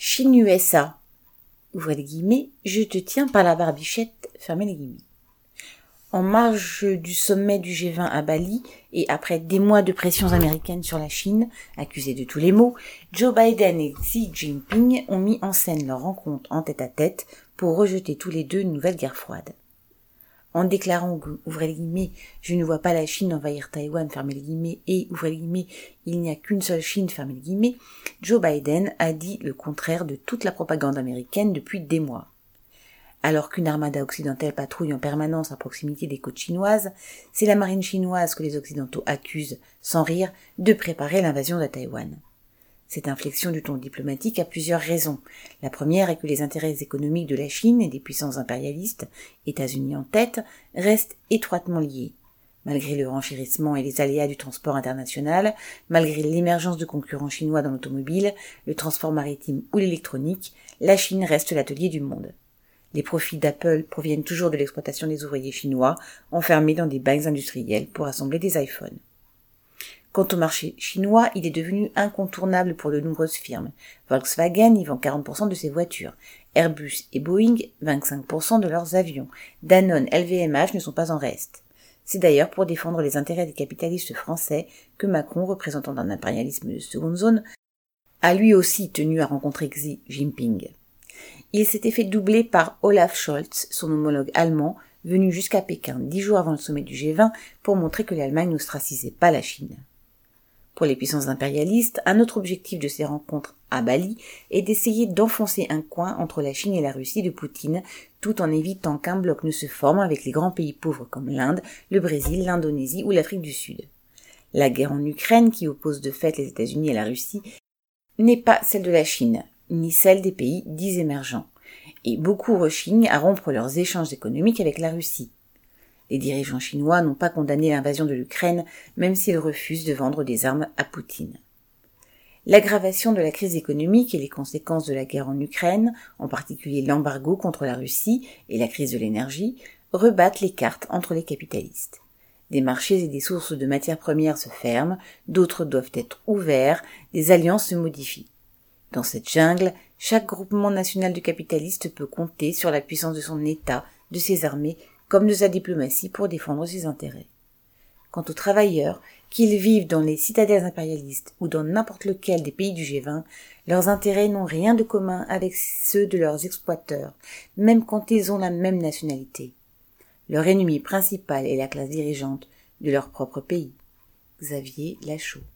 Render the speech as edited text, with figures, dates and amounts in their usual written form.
Chine-USA, ouvrez les guillemets, je te tiens par la barbichette, fermez les guillemets. En marge du sommet du G20 à Bali, et après des mois de pressions américaines sur la Chine, accusée de tous les maux, Joe Biden et Xi Jinping ont mis en scène leur rencontre en tête-à-tête pour rejeter tous les deux une nouvelle guerre froide. En déclarant, ouvrez les guillemets, je ne vois pas la Chine envahir Taïwan, fermez les guillemets, et, ouvrez les guillemets, il n'y a qu'une seule Chine, fermez les guillemets, Joe Biden a dit le contraire de toute la propagande américaine depuis des mois. Alors qu'une armada occidentale patrouille en permanence à proximité des côtes chinoises, c'est la marine chinoise que les Occidentaux accusent, sans rire, de préparer l'invasion de Taïwan. Cette inflexion du ton diplomatique a plusieurs raisons. La première est que les intérêts économiques de la Chine et des puissances impérialistes, États-Unis en tête, restent étroitement liés. Malgré le renchérissement et les aléas du transport international, malgré l'émergence de concurrents chinois dans l'automobile, le transport maritime ou l'électronique, la Chine reste l'atelier du monde. Les profits d'Apple proviennent toujours de l'exploitation des ouvriers chinois, enfermés dans des bacs industriels pour assembler des iPhones. Quant au marché chinois, il est devenu incontournable pour de nombreuses firmes. Volkswagen y vend 40% de ses voitures. Airbus et Boeing, 25% de leurs avions. Danone, LVMH ne sont pas en reste. C'est d'ailleurs pour défendre les intérêts des capitalistes français que Macron, représentant d'un impérialisme de seconde zone, a lui aussi tenu à rencontrer Xi Jinping. Il s'était fait doubler par Olaf Scholz, son homologue allemand, venu jusqu'à Pékin 10 jours avant le sommet du G20 pour montrer que l'Allemagne n'ostracisait pas la Chine. Pour les puissances impérialistes, un autre objectif de ces rencontres à Bali est d'essayer d'enfoncer un coin entre la Chine et la Russie de Poutine, tout en évitant qu'un bloc ne se forme avec les grands pays pauvres comme l'Inde, le Brésil, l'Indonésie ou l'Afrique du Sud. La guerre en Ukraine, qui oppose de fait les États-Unis et la Russie, n'est pas celle de la Chine, ni celle des pays dits émergents, et beaucoup rechignent à rompre leurs échanges économiques avec la Russie. Les dirigeants chinois n'ont pas condamné l'invasion de l'Ukraine, même s'ils refusent de vendre des armes à Poutine. L'aggravation de la crise économique et les conséquences de la guerre en Ukraine, en particulier l'embargo contre la Russie et la crise de l'énergie, rebattent les cartes entre les capitalistes. Des marchés et des sources de matières premières se ferment, d'autres doivent être ouverts, des alliances se modifient. Dans cette jungle, chaque groupement national de capitalistes peut compter sur la puissance de son État, de ses armées, comme de sa diplomatie pour défendre ses intérêts. Quant aux travailleurs, qu'ils vivent dans les citadelles impérialistes ou dans n'importe lequel des pays du G20, leurs intérêts n'ont rien de commun avec ceux de leurs exploiteurs, même quand ils ont la même nationalité. Leur ennemi principal est la classe dirigeante de leur propre pays. Xavier Lachaud.